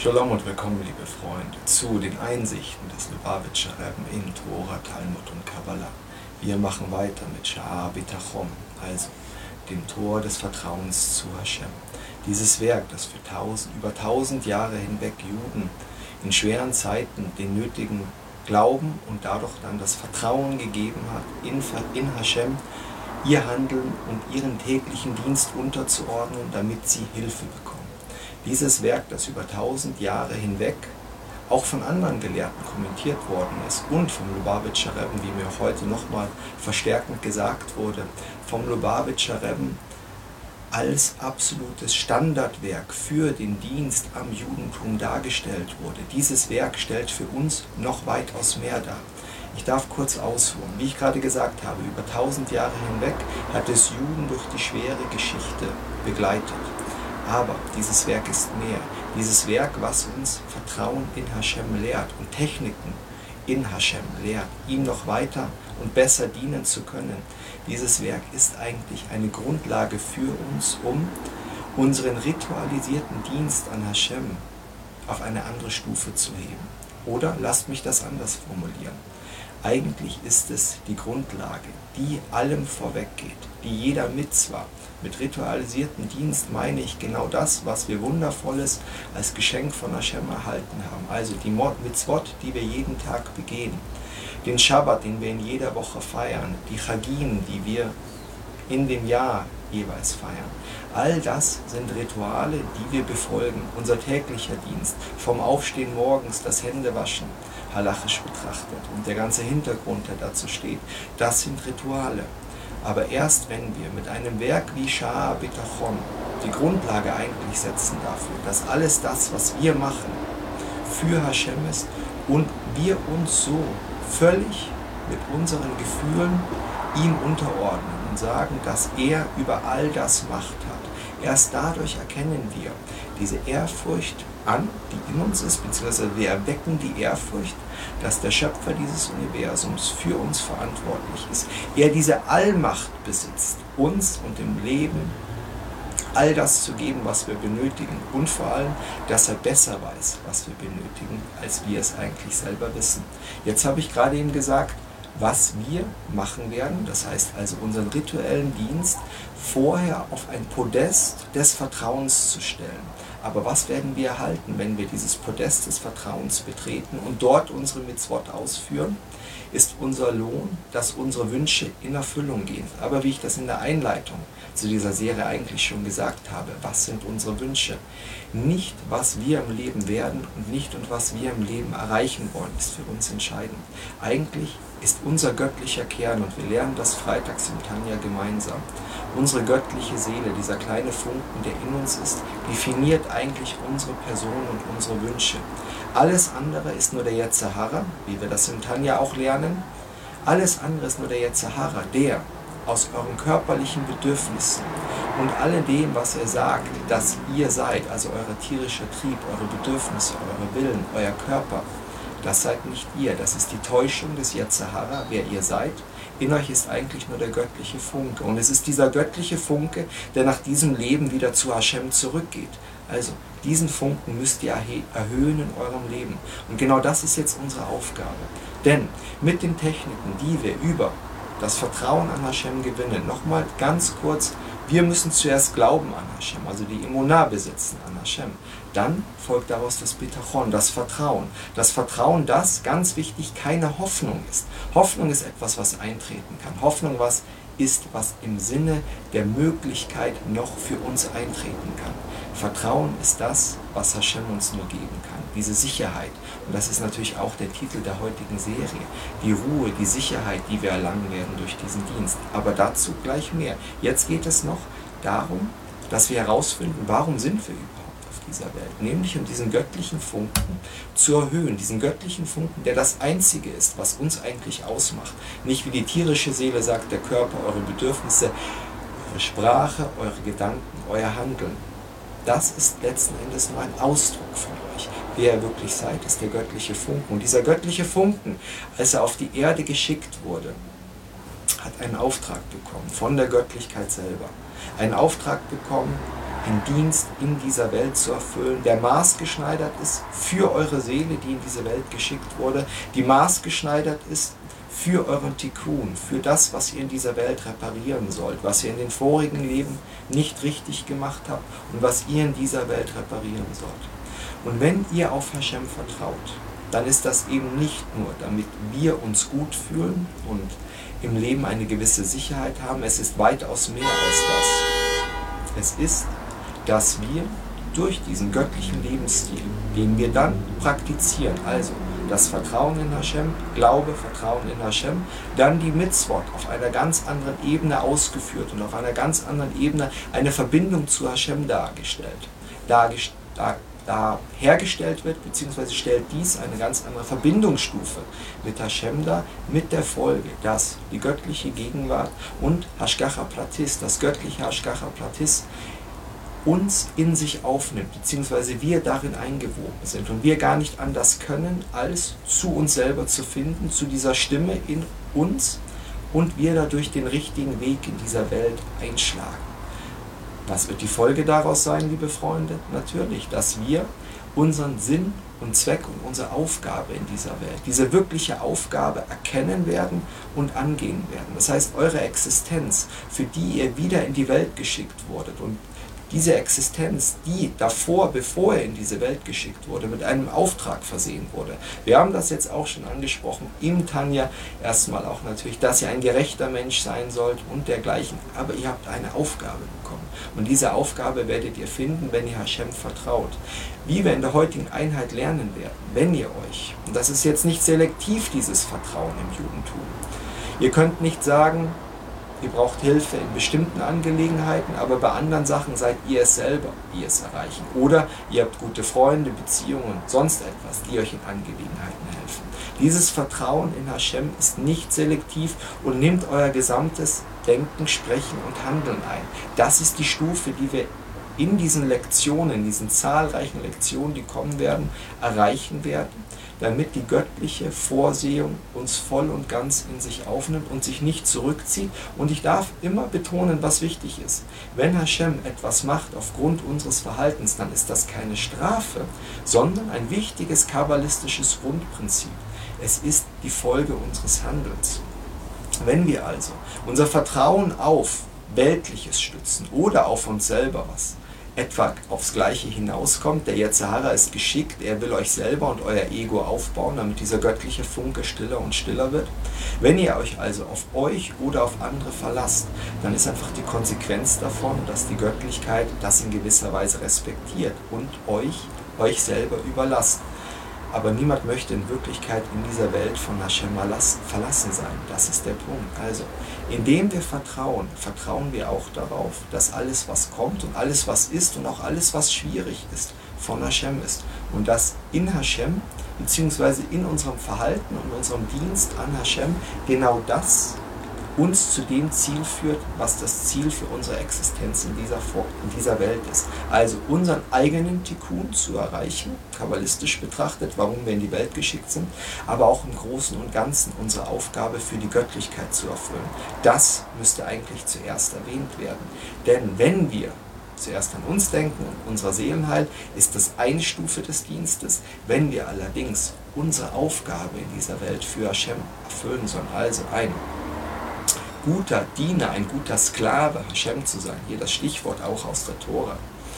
Shalom und willkommen, liebe Freunde, zu den Einsichten des Lubavitcher Rebben in Tora, Talmud und Kabbalah. Wir machen weiter mit Sha'ar Bitachon, also dem Tor des Vertrauens zu Hashem. Dieses Werk, das für über 1000 Jahre hinweg Juden in schweren Zeiten den nötigen Glauben und dadurch dann das Vertrauen gegeben hat, in Hashem ihr Handeln und ihren täglichen Dienst unterzuordnen, damit sie Hilfe bekommen. Dieses Werk, das über 1000 Jahre hinweg auch von anderen Gelehrten kommentiert worden ist und vom Lubavitcher Rebben, wie mir heute nochmal verstärkend gesagt wurde, vom Lubavitcher Rebben als absolutes Standardwerk für den Dienst am Judentum dargestellt wurde. Dieses Werk stellt für uns noch weitaus mehr dar. Ich darf kurz ausholen. Wie ich gerade gesagt habe, über 1000 Jahre hinweg hat es Juden durch die schwere Geschichte begleitet. Aber dieses Werk ist mehr. Dieses Werk, was uns Vertrauen in Hashem lehrt und Techniken in Hashem lehrt, ihm noch weiter und besser dienen zu können. Dieses Werk ist eigentlich eine Grundlage für uns, um unseren ritualisierten Dienst an Hashem auf eine andere Stufe zu heben. Oder lasst mich das anders formulieren. Eigentlich ist es die Grundlage, die allem vorweggeht, die jeder Mitzwa. Mit ritualisierten Dienst meine ich genau das, was wir Wundervolles als Geschenk von Hashem erhalten haben. Also die Mitzvot, die wir jeden Tag begehen, den Schabbat, den wir in jeder Woche feiern, die Chagim, die wir in dem Jahr jeweils feiern. All das sind Rituale, die wir befolgen. Unser täglicher Dienst, vom Aufstehen morgens, das Händewaschen, halachisch betrachtet, und der ganze Hintergrund, der dazu steht, das sind Rituale. Aber erst wenn wir mit einem Werk wie Sha'ar Bitachon die Grundlage eigentlich setzen dafür, dass alles das, was wir machen, für Hashem ist und wir uns so völlig mit unseren Gefühlen ihm unterordnen und sagen, dass er über all das Macht hat. Erst dadurch erkennen wir diese Ehrfurcht an, die in uns ist, beziehungsweise wir erwecken die Ehrfurcht, dass der Schöpfer dieses Universums für uns verantwortlich ist. Er diese Allmacht besitzt, uns und dem Leben all das zu geben, was wir benötigen, und vor allem, dass er besser weiß, was wir benötigen, als wir es eigentlich selber wissen. Jetzt habe ich gerade eben gesagt, was wir machen werden, das heißt also unseren rituellen Dienst vorher auf ein Podest des Vertrauens zu stellen. Aber was werden wir erhalten, wenn wir dieses Podest des Vertrauens betreten und dort unsere Mitzvot ausführen? Ist unser Lohn, dass unsere Wünsche in Erfüllung gehen. Aber wie ich das in der Einleitung zu dieser Serie eigentlich schon gesagt habe, was sind unsere Wünsche? Nicht, was wir im Leben werden und nicht, und was wir im Leben erreichen wollen, ist für uns entscheidend. Eigentlich ist unser göttlicher Kern, und wir lernen das freitags im Tanja gemeinsam, unsere göttliche Seele, dieser kleine Funken, der in uns ist, definiert eigentlich unsere Person und unsere Wünsche. Alles andere ist nur der Yetzer Hara, wie wir das im Tanja auch lernen. Alles andere ist nur der Yetzer Hara, der aus euren körperlichen Bedürfnissen und alledem, was er sagt, dass ihr seid, also euer tierischer Trieb, eure Bedürfnisse, eure Willen, euer Körper, das seid nicht ihr, das ist die Täuschung des Yetzer Hara, wer ihr seid. In euch ist eigentlich nur der göttliche Funke. Und es ist dieser göttliche Funke, der nach diesem Leben wieder zu Hashem zurückgeht. Also, diesen Funken müsst ihr erhöhen in eurem Leben. Und genau das ist jetzt unsere Aufgabe. Denn mit den Techniken, die wir über das Vertrauen an Hashem gewinnen, nochmal ganz kurz, wir müssen zuerst glauben an Hashem, also die Emunah besitzen an Hashem. Dann folgt daraus das Bitachon, das Vertrauen. Das Vertrauen, das, ganz wichtig, keine Hoffnung ist. Hoffnung ist etwas, was eintreten kann. Hoffnung ist, was im Sinne der Möglichkeit noch für uns eintreten kann. Vertrauen ist das, was Hashem uns nur geben kann. Diese Sicherheit. Und das ist natürlich auch der Titel der heutigen Serie. Die Ruhe, die Sicherheit, die wir erlangen werden durch diesen Dienst. Aber dazu gleich mehr. Jetzt geht es noch darum, dass wir herausfinden, warum sind wir überhaupt auf dieser Welt. Nämlich um diesen göttlichen Funken zu erhöhen. Diesen göttlichen Funken, der das Einzige ist, was uns eigentlich ausmacht. Nicht wie die tierische Seele sagt, der Körper, eure Bedürfnisse, eure Sprache, eure Gedanken, euer Handeln. Das ist letzten Endes nur ein Ausdruck von euch. Wer ihr wirklich seid, ist der göttliche Funken. Und dieser göttliche Funken, als er auf die Erde geschickt wurde, hat einen Auftrag bekommen von der Göttlichkeit selber. Einen Auftrag bekommen, den Dienst in dieser Welt zu erfüllen, der maßgeschneidert ist für eure Seele, die in diese Welt geschickt wurde, die maßgeschneidert ist für euren Tikkun, für das, was ihr in dieser Welt reparieren sollt, was ihr in den vorigen Leben nicht richtig gemacht habt und was ihr in dieser Welt reparieren sollt. Und wenn ihr auf Hashem vertraut, dann ist das eben nicht nur, damit wir uns gut fühlen und im Leben eine gewisse Sicherheit haben, es ist weitaus mehr als das. Es ist, dass wir durch diesen göttlichen Lebensstil, den wir dann praktizieren, also das Vertrauen in Hashem, Glaube, Vertrauen in Hashem, dann die Mitzvot auf einer ganz anderen Ebene ausgeführt und auf einer ganz anderen Ebene eine Verbindung zu Hashem hergestellt wird, beziehungsweise stellt dies eine ganz andere Verbindungsstufe mit Hashem dar, mit der Folge, dass die göttliche Gegenwart und Hashgacha Pratis, das göttliche Hashgacha Pratis, uns in sich aufnimmt, beziehungsweise wir darin eingewoben sind und wir gar nicht anders können, als zu uns selber zu finden, zu dieser Stimme in uns und wir dadurch den richtigen Weg in dieser Welt einschlagen. Was wird die Folge daraus sein, liebe Freunde? Natürlich, dass wir unseren Sinn und Zweck und unsere Aufgabe in dieser Welt, diese wirkliche Aufgabe erkennen werden und angehen werden. Das heißt, eure Existenz, für die ihr wieder in die Welt geschickt wurdet und diese Existenz, die davor, bevor er in diese Welt geschickt wurde, mit einem Auftrag versehen wurde. Wir haben das jetzt auch schon angesprochen, im Tanja erstmal auch natürlich, dass ihr ein gerechter Mensch sein sollt und dergleichen. Aber ihr habt eine Aufgabe bekommen. Und diese Aufgabe werdet ihr finden, wenn ihr Hashem vertraut. Wie wir in der heutigen Einheit lernen werden, wenn ihr euch, und das ist jetzt nicht selektiv, dieses Vertrauen im Judentum, ihr könnt nicht sagen, ihr braucht Hilfe in bestimmten Angelegenheiten, aber bei anderen Sachen seid ihr es selber, die es erreichen. Oder ihr habt gute Freunde, Beziehungen, sonst etwas, die euch in Angelegenheiten helfen. Dieses Vertrauen in Hashem ist nicht selektiv und nimmt euer gesamtes Denken, Sprechen und Handeln ein. Das ist die Stufe, die wir in diesen Lektionen, diesen zahlreichen Lektionen, die kommen werden, erreichen werden, damit die göttliche Vorsehung uns voll und ganz in sich aufnimmt und sich nicht zurückzieht. Und ich darf immer betonen, was wichtig ist. Wenn Hashem etwas macht aufgrund unseres Verhaltens, dann ist das keine Strafe, sondern ein wichtiges kabbalistisches Grundprinzip. Es ist die Folge unseres Handelns. Wenn wir also unser Vertrauen auf Weltliches stützen oder auf uns selber, was etwa aufs Gleiche hinauskommt, der Yetzirah ist geschickt, er will euch selber und euer Ego aufbauen, damit dieser göttliche Funke stiller und stiller wird. Wenn ihr euch also auf euch oder auf andere verlasst, dann ist einfach die Konsequenz davon, dass die Göttlichkeit das in gewisser Weise respektiert und euch selber überlasst. Aber niemand möchte in Wirklichkeit in dieser Welt von Hashem verlassen sein. Das ist der Punkt. Also, indem wir vertrauen, vertrauen wir auch darauf, dass alles, was kommt und alles, was ist und auch alles, was schwierig ist, von Hashem ist. Und dass in Hashem, beziehungsweise in unserem Verhalten und unserem Dienst an Hashem, genau das uns zu dem Ziel führt, was das Ziel für unsere Existenz in dieser Welt ist. Also unseren eigenen Tikkun zu erreichen, kabbalistisch betrachtet, warum wir in die Welt geschickt sind, aber auch im Großen und Ganzen unsere Aufgabe für die Göttlichkeit zu erfüllen. Das müsste eigentlich zuerst erwähnt werden. Denn wenn wir zuerst an uns denken und unser Seelenheil, ist das eine Stufe des Dienstes. Wenn wir allerdings unsere Aufgabe in dieser Welt für Hashem erfüllen sollen, also ein guter Diener, ein guter Sklave, Hashem zu sein, hier das Stichwort auch aus der Tora,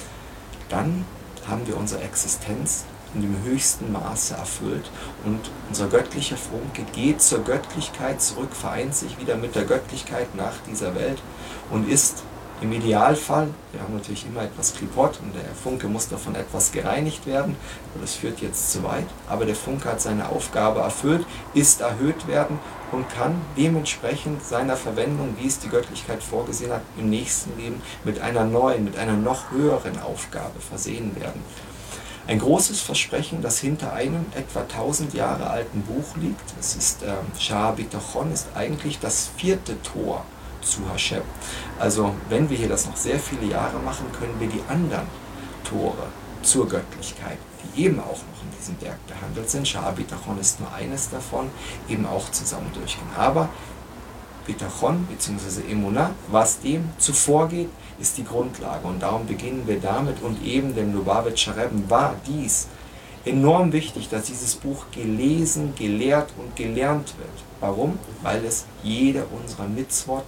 dann haben wir unsere Existenz in dem höchsten Maße erfüllt und unser göttlicher Funke geht zur Göttlichkeit zurück, vereint sich wieder mit der Göttlichkeit nach dieser Welt und ist im Idealfall, wir haben natürlich immer etwas Klipot und der Funke muss davon etwas gereinigt werden, aber das führt jetzt zu weit, aber der Funke hat seine Aufgabe erfüllt, ist erhöht werden und kann dementsprechend seiner Verwendung, wie es die Göttlichkeit vorgesehen hat, im nächsten Leben mit einer neuen, mit einer noch höheren Aufgabe versehen werden. Ein großes Versprechen, das hinter einem etwa 1000 Jahre alten Buch liegt, es ist Sha'ar Bitachon, ist eigentlich das 4. Tor zu Hashem. Also wenn wir hier das noch sehr viele Jahre machen, können wir die anderen Tore zur Göttlichkeit, die eben auch noch in diesem Werk behandelt sind, Sha'ar Bitachon ist nur eines davon, eben auch zusammen durchgehen. Aber Bitachon bzw. Emunah, was dem zuvorgeht, ist die Grundlage. Und darum beginnen wir damit. Und eben dem Lubavitcher Rebbe war dies enorm wichtig, dass dieses Buch gelesen, gelehrt und gelernt wird. Warum? Weil es jeder unserer Mitzvot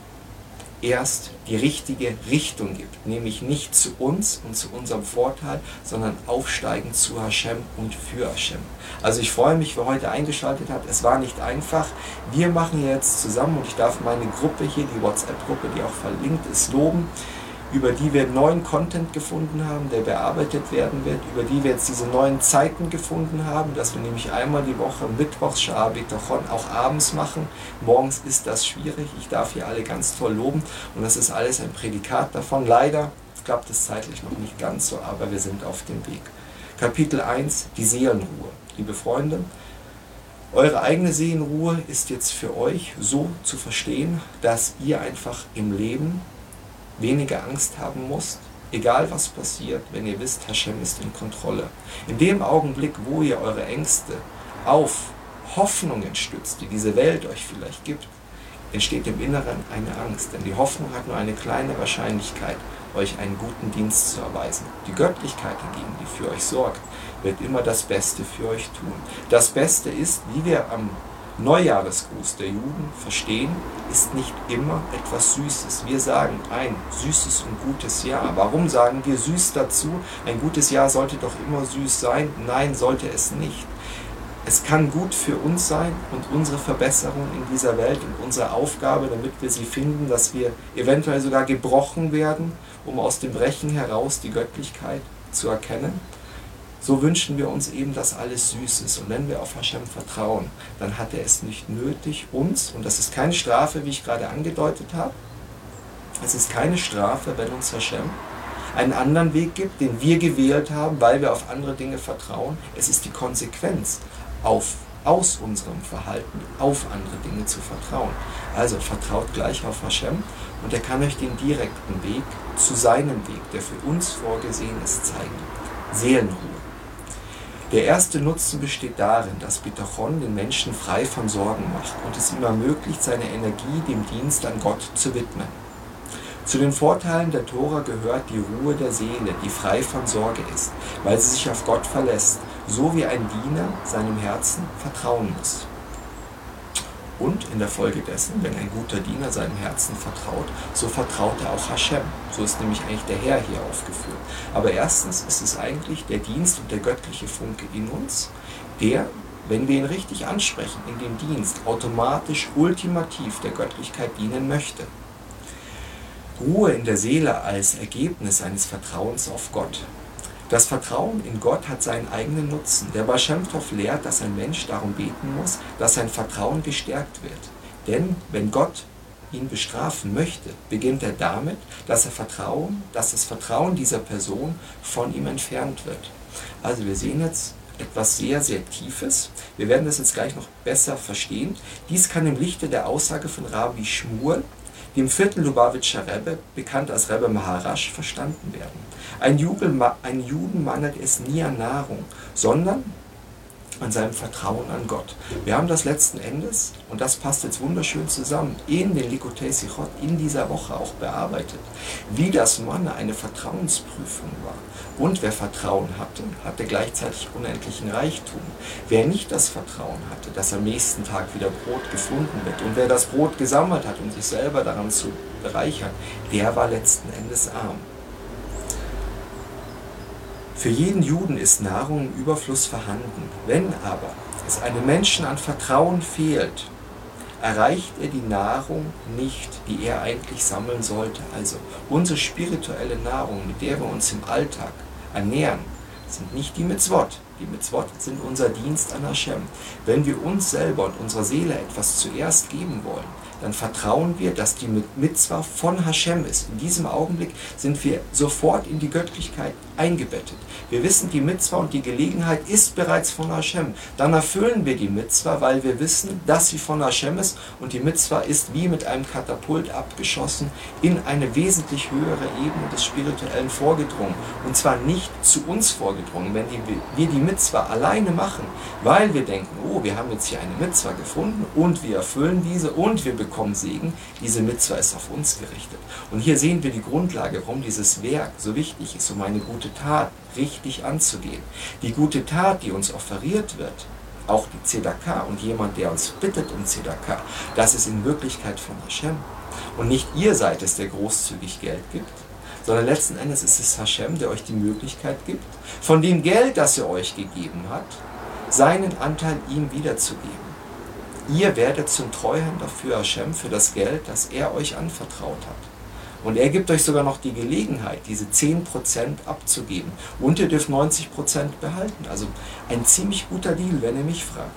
erst die richtige Richtung gibt, nämlich nicht zu uns und zu unserem Vorteil, sondern aufsteigend zu Hashem und für Hashem. Also ich freue mich, wer heute eingeschaltet hat. Es war nicht einfach. Wir machen jetzt zusammen, und ich darf meine Gruppe hier, die WhatsApp-Gruppe, die auch verlinkt ist, loben, über die wir neuen Content gefunden haben, der bearbeitet werden wird, über die wir jetzt diese neuen Zeiten gefunden haben, dass wir nämlich einmal die Woche mittwochs Sha'ar Bitachon auch abends machen. Morgens ist das schwierig. Ich darf hier alle ganz toll loben und das ist alles ein Prädikat davon. Leider klappt es zeitlich noch nicht ganz so, aber wir sind auf dem Weg. Kapitel 1, die Seelenruhe. Liebe Freunde, eure eigene Seelenruhe ist jetzt für euch so zu verstehen, dass ihr einfach im Leben weniger Angst haben müsst, egal was passiert, wenn ihr wisst, Hashem ist in Kontrolle. In dem Augenblick, wo ihr eure Ängste auf Hoffnungen stützt, die diese Welt euch vielleicht gibt, entsteht im Inneren eine Angst, denn die Hoffnung hat nur eine kleine Wahrscheinlichkeit, euch einen guten Dienst zu erweisen. Die Göttlichkeit hingegen, die für euch sorgt, wird immer das Beste für euch tun. Das Beste ist, wie wir am Neujahresgruß der Juden verstehen, ist nicht immer etwas Süßes. Wir sagen ein süßes und gutes Jahr. Warum sagen wir süß dazu? Ein gutes Jahr sollte doch immer süß sein. Nein, sollte es nicht. Es kann gut für uns sein und unsere Verbesserung in dieser Welt und unsere Aufgabe, damit wir sie finden, dass wir eventuell sogar gebrochen werden, um aus dem Brechen heraus die Göttlichkeit zu erkennen. So wünschen wir uns eben, dass alles süß ist. Und wenn wir auf Hashem vertrauen, dann hat er es nicht nötig, uns, und das ist keine Strafe, wie ich gerade angedeutet habe, es ist keine Strafe, wenn uns Hashem einen anderen Weg gibt, den wir gewählt haben, weil wir auf andere Dinge vertrauen. Es ist die Konsequenz, aus unserem Verhalten auf andere Dinge zu vertrauen. Also vertraut gleich auf Hashem und er kann euch den direkten Weg zu seinem Weg, der für uns vorgesehen ist, zeigen. Seelenruhe. Der erste Nutzen besteht darin, dass Bitachon den Menschen frei von Sorgen macht und es ihm ermöglicht, seine Energie dem Dienst an Gott zu widmen. Zu den Vorteilen der Tora gehört die Ruhe der Seele, die frei von Sorge ist, weil sie sich auf Gott verlässt, so wie ein Diener seinem Herzen vertrauen muss. Und in der Folge dessen, wenn ein guter Diener seinem Herzen vertraut, so vertraut er auch Hashem. So ist nämlich eigentlich der Herr hier aufgeführt. Aber erstens ist es eigentlich der Dienst und der göttliche Funke in uns, der, wenn wir ihn richtig ansprechen, in dem Dienst automatisch ultimativ der Göttlichkeit dienen möchte. Ruhe in der Seele als Ergebnis eines Vertrauens auf Gott. Das Vertrauen in Gott hat seinen eigenen Nutzen. Der Baal Shem Tov lehrt, dass ein Mensch darum beten muss, dass sein Vertrauen gestärkt wird. Denn wenn Gott ihn bestrafen möchte, beginnt er damit, dass das Vertrauen dieser Person von ihm entfernt wird. Also wir sehen jetzt etwas sehr, sehr Tiefes. Wir werden das jetzt gleich noch besser verstehen. Dies kann im Lichte der Aussage von Rabbi Shmuel, dem 4. Lubavitcher Rebbe, bekannt als Rebbe Maharash, verstanden werden. Ein Juden mangelt es nie an Nahrung, sondern an seinem Vertrauen an Gott. Wir haben das letzten Endes, und das passt jetzt wunderschön zusammen, in den Likutei Sichot in dieser Woche auch bearbeitet, wie das Manna eine Vertrauensprüfung war. Und wer Vertrauen hatte, hatte gleichzeitig unendlichen Reichtum. Wer nicht das Vertrauen hatte, dass am nächsten Tag wieder Brot gefunden wird, und wer das Brot gesammelt hat, um sich selber daran zu bereichern, der war letzten Endes arm. Für jeden Juden ist Nahrung im Überfluss vorhanden. Wenn aber es einem Menschen an Vertrauen fehlt, erreicht er die Nahrung nicht, die er eigentlich sammeln sollte. Also unsere spirituelle Nahrung, mit der wir uns im Alltag ernähren, sind nicht die Mitzvot. Die Mitzvot sind unser Dienst an Hashem. Wenn wir uns selber und unserer Seele etwas zuerst geben wollen, dann vertrauen wir, dass die Mitzvah von Hashem ist. In diesem Augenblick sind wir sofort in die Göttlichkeit eingebettet. Wir wissen, die Mitzvah und die Gelegenheit ist bereits von Hashem. Dann erfüllen wir die Mitzvah, weil wir wissen, dass sie von Hashem ist, und die Mitzvah ist wie mit einem Katapult abgeschossen in eine wesentlich höhere Ebene des Spirituellen vorgedrungen. Und zwar nicht zu uns vorgedrungen. Wenn wir die Mitzwa alleine machen, weil wir denken, oh, wir haben jetzt hier eine Mitzwa gefunden und wir erfüllen diese und wir bekommen Segen, diese Mitzwa ist auf uns gerichtet. Und hier sehen wir die Grundlage, warum dieses Werk so wichtig ist, um eine gute Tat richtig anzugehen. Die gute Tat, die uns offeriert wird, auch die Zedakah und jemand, der uns bittet um Zedakah, das ist in Wirklichkeit von Hashem. Und nicht ihr seid es, der großzügig Geld gibt, sondern letzten Endes ist es Hashem, der euch die Möglichkeit gibt, von dem Geld, das er euch gegeben hat, seinen Anteil ihm wiederzugeben. Ihr werdet zum Treuhänder für Hashem, für das Geld, das er euch anvertraut hat. Und er gibt euch sogar noch die Gelegenheit, diese 10% abzugeben. Und ihr dürft 90% behalten. Also ein ziemlich guter Deal, wenn ihr mich fragt.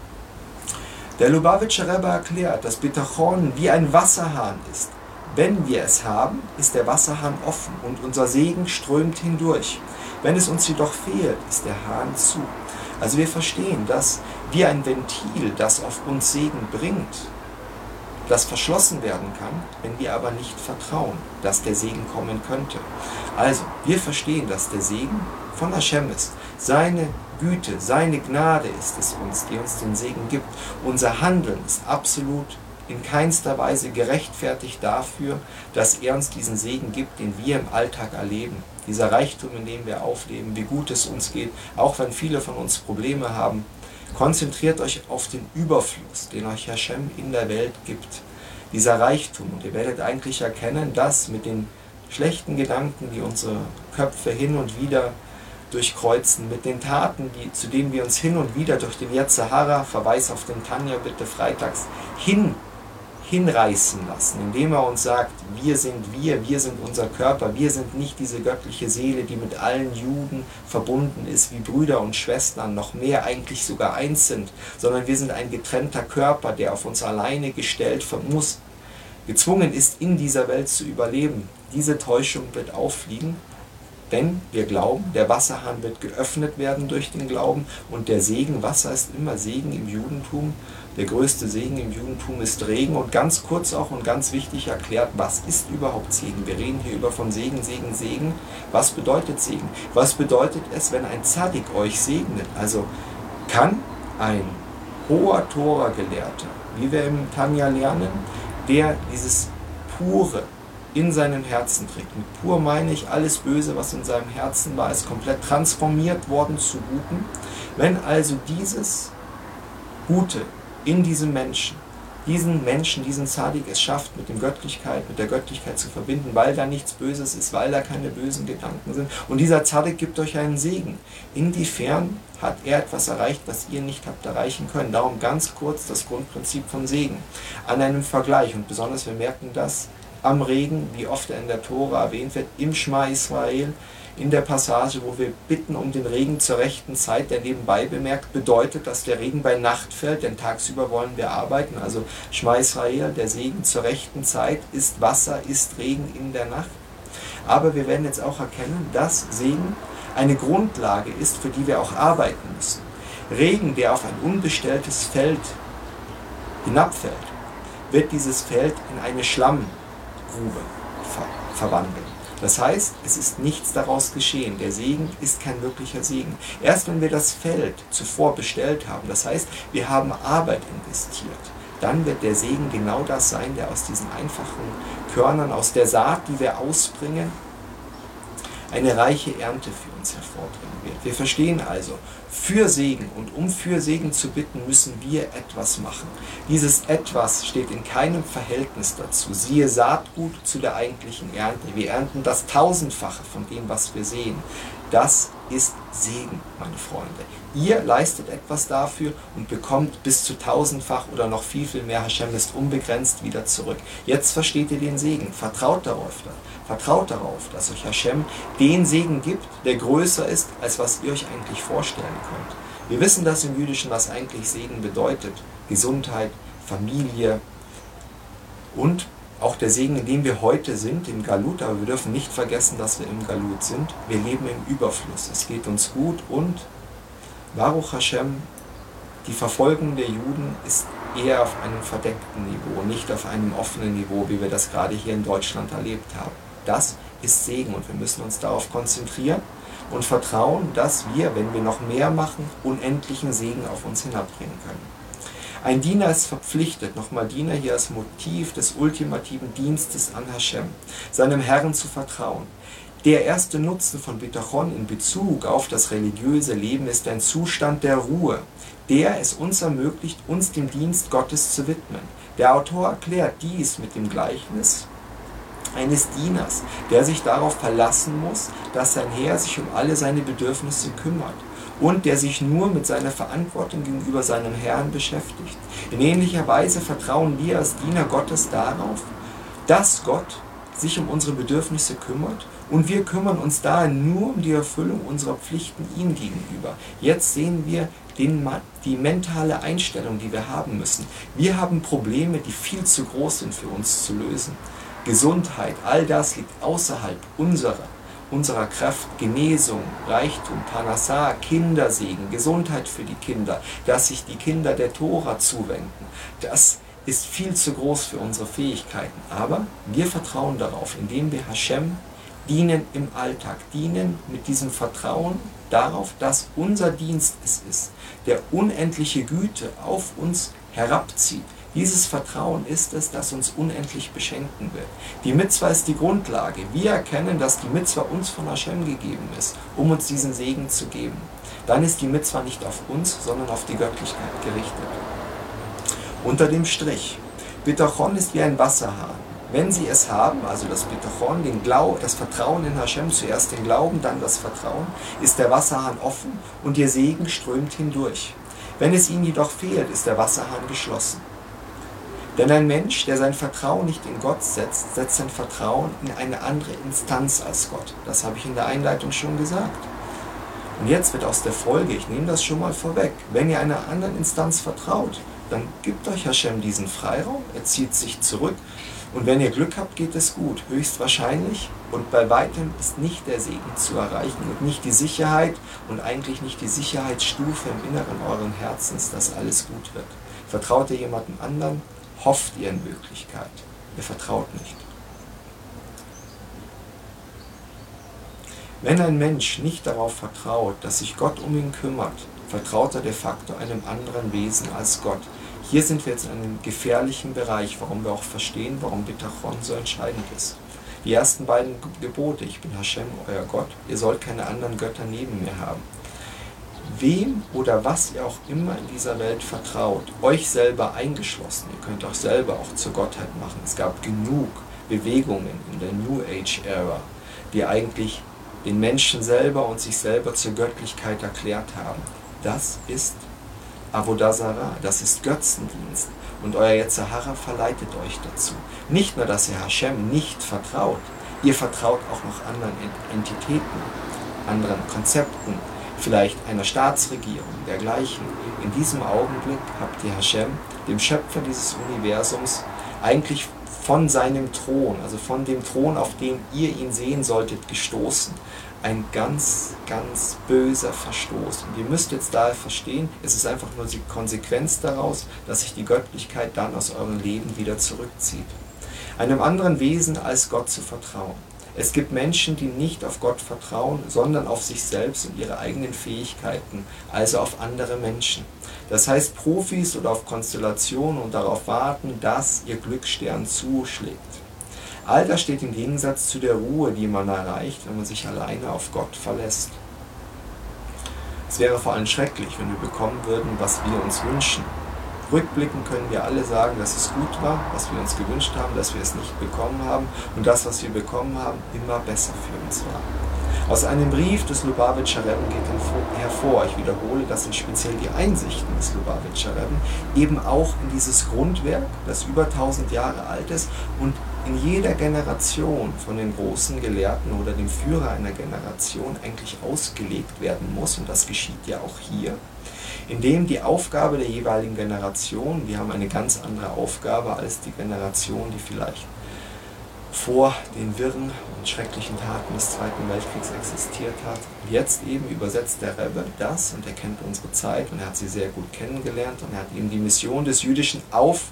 Der Lubavitcher Rebbe erklärt, dass Bitachon wie ein Wasserhahn ist. Wenn wir es haben, ist der Wasserhahn offen und unser Segen strömt hindurch. Wenn es uns jedoch fehlt, ist der Hahn zu. Also wir verstehen, dass wie ein Ventil, das auf uns Segen bringt, das verschlossen werden kann, wenn wir aber nicht vertrauen, dass der Segen kommen könnte. Also, wir verstehen, dass der Segen von Hashem ist. Seine Güte, seine Gnade ist es uns, die uns den Segen gibt. Unser Handeln ist absolut in keinster Weise gerechtfertigt dafür, dass er uns diesen Segen gibt, den wir im Alltag erleben. Dieser Reichtum, in dem wir aufleben, wie gut es uns geht, auch wenn viele von uns Probleme haben. Konzentriert euch auf den Überfluss, den euch Hashem in der Welt gibt. Dieser Reichtum. Und ihr werdet eigentlich erkennen, dass mit den schlechten Gedanken, die unsere Köpfe hin und wieder durchkreuzen, mit den Taten, zu denen wir uns hin und wieder durch den Yetzirah, Verweis auf den Tanja bitte freitags, hinreißen lassen, indem er uns sagt, wir sind unser Körper, wir sind nicht diese göttliche Seele, die mit allen Juden verbunden ist, wie Brüder und Schwestern, noch mehr eigentlich sogar eins sind, sondern wir sind ein getrennter Körper, der auf uns alleine gestellt muss, gezwungen ist, in dieser Welt zu überleben. Diese Täuschung wird auffliegen, wenn wir glauben, der Wasserhahn wird geöffnet werden durch den Glauben und der Segen, Wasser ist immer Segen im Judentum, der größte Segen im Judentum ist Regen und ganz kurz auch und ganz wichtig erklärt, was ist überhaupt Segen? Wir reden hier über von Segen, Segen, Segen. Was bedeutet Segen? Was bedeutet es, wenn ein Zadik euch segnet? Also kann ein hoher Tora-Gelehrter, wie wir im Tanja lernen, der dieses Pure in seinem Herzen trägt. Mit pur meine ich, alles Böse, was in seinem Herzen war, ist komplett transformiert worden zu Guten. Wenn also dieses Gute in diesem Menschen, diesen Zadik es schafft, mit der Göttlichkeit zu verbinden, weil da nichts Böses ist, weil da keine bösen Gedanken sind. Und dieser Zadik gibt euch einen Segen. Inwiefern hat er etwas erreicht, was ihr nicht habt erreichen können? Darum ganz kurz das Grundprinzip von Segen. An einem Vergleich, und besonders wir merken das am Regen, wie oft er in der Tora erwähnt wird, im Schma Israel, in der Passage, wo wir bitten um den Regen zur rechten Zeit, der nebenbei bemerkt bedeutet, dass der Regen bei Nacht fällt, denn tagsüber wollen wir arbeiten. Also Schma Israel, der Segen zur rechten Zeit, ist Wasser, ist Regen in der Nacht. Aber wir werden jetzt auch erkennen, dass Segen eine Grundlage ist, für die wir auch arbeiten müssen. Regen, der auf ein unbestelltes Feld hinabfällt, wird dieses Feld in eine Schlammgrube verwandeln. Das heißt, es ist nichts daraus geschehen. Der Segen ist kein wirklicher Segen. Erst wenn wir das Feld zuvor bestellt haben, das heißt, wir haben Arbeit investiert, dann wird der Segen genau das sein, der aus diesen einfachen Körnern, aus der Saat, die wir ausbringen, eine reiche Ernte für uns hervorbringen wird. Wir verstehen also, für Segen und um für Segen zu bitten, müssen wir etwas machen. Dieses Etwas steht in keinem Verhältnis dazu. Siehe Saatgut zu der eigentlichen Ernte. Wir ernten das Tausendfache von dem, was wir sehen. Das ist Segen, meine Freunde. Ihr leistet etwas dafür und bekommt bis zu tausendfach oder noch viel, viel mehr. Hashem ist unbegrenzt wieder zurück. Jetzt versteht ihr den Segen. Vertraut darauf, dass euch Hashem den Segen gibt, der größer ist, als was ihr euch eigentlich vorstellen könnt. Wir wissen das im Jüdischen, was eigentlich Segen bedeutet. Gesundheit, Familie und auch der Segen, in dem wir heute sind, im Galut, aber wir dürfen nicht vergessen, dass wir im Galut sind. Wir leben im Überfluss. Es geht uns gut und Baruch Hashem, die Verfolgung der Juden ist eher auf einem verdeckten Niveau, nicht auf einem offenen Niveau, wie wir das gerade hier in Deutschland erlebt haben. Das ist Segen und wir müssen uns darauf konzentrieren und vertrauen, dass wir, wenn wir noch mehr machen, unendlichen Segen auf uns hinabbringen können. Ein Diener ist verpflichtet, nochmal Diener hier als Motiv des ultimativen Dienstes an Hashem, seinem Herrn zu vertrauen. Der erste Nutzen von Bitachon in Bezug auf das religiöse Leben ist ein Zustand der Ruhe, der es uns ermöglicht, uns dem Dienst Gottes zu widmen. Der Autor erklärt dies mit dem Gleichnis eines Dieners, der sich darauf verlassen muss, dass sein Herr sich um alle seine Bedürfnisse kümmert und der sich nur mit seiner Verantwortung gegenüber seinem Herrn beschäftigt. In ähnlicher Weise vertrauen wir als Diener Gottes darauf, dass Gott sich um unsere Bedürfnisse kümmert und wir kümmern uns daher nur um die Erfüllung unserer Pflichten ihm gegenüber. Jetzt sehen wir die mentale Einstellung, die wir haben müssen. Wir haben Probleme, die viel zu groß sind für uns zu lösen. Gesundheit, all das liegt außerhalb unserer Kraft, Genesung, Reichtum, Parnassah, Kindersegen, Gesundheit für die Kinder, dass sich die Kinder der Tora zuwenden. Das ist viel zu groß für unsere Fähigkeiten. Aber wir vertrauen darauf, indem wir Hashem dienen im Alltag, dienen mit diesem Vertrauen darauf, dass unser Dienst es ist, der unendliche Güte auf uns herabzieht. Dieses Vertrauen ist es, das uns unendlich beschenken wird. Die Mitzwa ist die Grundlage. Wir erkennen, dass die Mitzwa uns von Hashem gegeben ist, um uns diesen Segen zu geben. Dann ist die Mitzwa nicht auf uns, sondern auf die Göttlichkeit gerichtet. Unter dem Strich. Bitachon ist wie ein Wasserhahn. Wenn Sie es haben, also das Bitachon, das Vertrauen in Hashem, zuerst den Glauben, dann das Vertrauen, ist der Wasserhahn offen und Ihr Segen strömt hindurch. Wenn es Ihnen jedoch fehlt, ist der Wasserhahn geschlossen. Denn ein Mensch, der sein Vertrauen nicht in Gott setzt, setzt sein Vertrauen in eine andere Instanz als Gott. Das habe ich in der Einleitung schon gesagt. Und jetzt wird aus der Folge, ich nehme das schon mal vorweg, wenn ihr einer anderen Instanz vertraut, dann gibt euch Hashem diesen Freiraum, er zieht sich zurück und wenn ihr Glück habt, geht es gut, höchstwahrscheinlich und bei weitem ist nicht der Segen zu erreichen und nicht die Sicherheit und eigentlich nicht die Sicherheitsstufe im Inneren euren Herzens, dass alles gut wird. Vertraut ihr jemandem anderen, hofft ihr in Wirklichkeit, ihr vertraut nicht. Wenn ein Mensch nicht darauf vertraut, dass sich Gott um ihn kümmert, vertraut er de facto einem anderen Wesen als Gott. Hier sind wir jetzt in einem gefährlichen Bereich, warum wir auch verstehen, warum Bitachon so entscheidend ist. Die ersten beiden Gebote, ich bin Hashem, euer Gott, ihr sollt keine anderen Götter neben mir haben. Wem oder was ihr auch immer in dieser Welt vertraut, euch selber eingeschlossen, ihr könnt euch selber auch zur Gottheit machen. Es gab genug Bewegungen in der New Age Era, die eigentlich den Menschen selber und sich selber zur Göttlichkeit erklärt haben. Das ist Avodah Zarah, das ist Götzendienst. Und euer Yetzirah verleitet euch dazu. Nicht nur, dass ihr Hashem nicht vertraut, ihr vertraut auch noch anderen Entitäten, anderen Konzepten, vielleicht einer Staatsregierung, dergleichen. In diesem Augenblick habt ihr Hashem, dem Schöpfer dieses Universums, eigentlich von seinem Thron, also von dem Thron, auf dem ihr ihn sehen solltet, gestoßen. Ein ganz, ganz böser Verstoß. Und ihr müsst jetzt daher verstehen, es ist einfach nur die Konsequenz daraus, dass sich die Göttlichkeit dann aus eurem Leben wieder zurückzieht. Einem anderen Wesen als Gott zu vertrauen. Es gibt Menschen, die nicht auf Gott vertrauen, sondern auf sich selbst und ihre eigenen Fähigkeiten, also auf andere Menschen. Das heißt Profis oder auf Konstellationen und darauf warten, dass ihr Glücksstern zuschlägt. All das steht im Gegensatz zu der Ruhe, die man erreicht, wenn man sich alleine auf Gott verlässt. Es wäre vor allem schrecklich, wenn wir bekommen würden, was wir uns wünschen. Rückblickend können wir alle sagen, dass es gut war, was wir uns gewünscht haben, dass wir es nicht bekommen haben und das, was wir bekommen haben, immer besser für uns war. Aus einem Brief des Lubavitcher Rebben geht hervor, ich wiederhole, das sind speziell die Einsichten des Lubavitcher Rebben, eben auch in dieses Grundwerk, das über 1000 Jahre alt ist und in jeder Generation von den großen Gelehrten oder dem Führer einer Generation eigentlich ausgelegt werden muss, und das geschieht ja auch hier, indem die Aufgabe der jeweiligen Generation, wir haben eine ganz andere Aufgabe als die Generation, die vielleicht vor den wirren und schrecklichen Taten des Zweiten Weltkriegs existiert hat. Jetzt eben übersetzt der Rebbe das, und er kennt unsere Zeit und er hat sie sehr gut kennengelernt und er hat eben die Mission des Jüdischen auf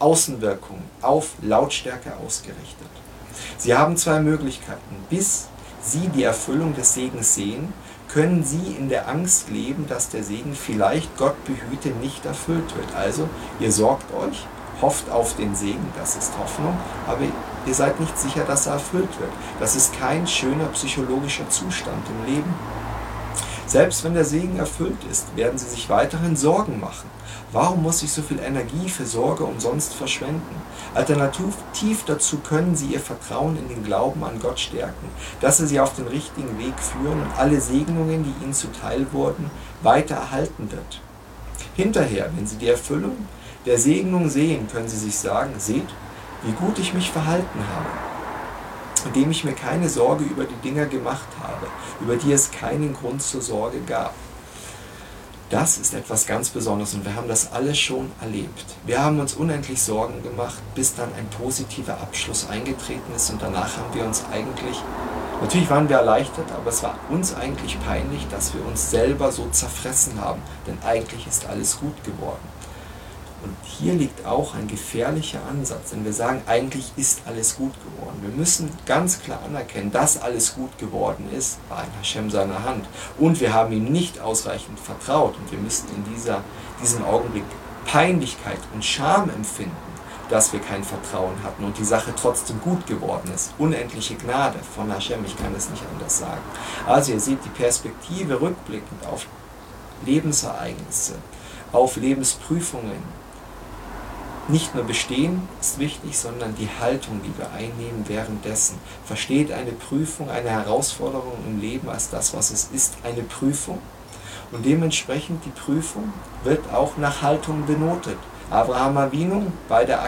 Außenwirkung, auf Lautstärke ausgerichtet. Sie haben zwei Möglichkeiten. Bis Sie die Erfüllung des Segens sehen, können sie in der Angst leben, dass der Segen vielleicht, Gott behüte, nicht erfüllt wird. Also, ihr sorgt euch, hofft auf den Segen, das ist Hoffnung, aber ihr seid nicht sicher, dass er erfüllt wird. Das ist kein schöner psychologischer Zustand im Leben. Selbst wenn der Segen erfüllt ist, werden sie sich weiterhin Sorgen machen. Warum muss ich so viel Energie für Sorge umsonst verschwenden? Alternativ dazu können sie ihr Vertrauen in den Glauben an Gott stärken, dass er sie auf den richtigen Weg führen und alle Segnungen, die ihnen zuteil wurden, weiter erhalten wird. Hinterher, wenn sie die Erfüllung der Segnung sehen, können sie sich sagen, seht, wie gut ich mich verhalten habe, indem ich mir keine Sorge über die Dinger gemacht habe, über die es keinen Grund zur Sorge gab. Das ist etwas ganz Besonderes und wir haben das alles schon erlebt. Wir haben uns unendlich Sorgen gemacht, bis dann ein positiver Abschluss eingetreten ist und danach haben wir uns eigentlich, natürlich waren wir erleichtert, aber es war uns eigentlich peinlich, dass wir uns selber so zerfressen haben, denn eigentlich ist alles gut geworden. Und hier liegt auch ein gefährlicher Ansatz, denn wir sagen, eigentlich ist alles gut geworden. Wir müssen ganz klar anerkennen, dass alles gut geworden ist, war in Hashem seiner Hand. Und wir haben ihm nicht ausreichend vertraut und wir müssen in diesem Augenblick Peinlichkeit und Scham empfinden, dass wir kein Vertrauen hatten und die Sache trotzdem gut geworden ist. Unendliche Gnade von Hashem, ich kann es nicht anders sagen. Also ihr seht die Perspektive rückblickend auf Lebensereignisse, auf Lebensprüfungen. Nicht nur bestehen ist wichtig, sondern die Haltung, die wir einnehmen währenddessen. Versteht eine Prüfung, eine Herausforderung im Leben als das, was es ist, eine Prüfung. Und dementsprechend die Prüfung wird auch nach Haltung benotet. Abraham Avinu bei der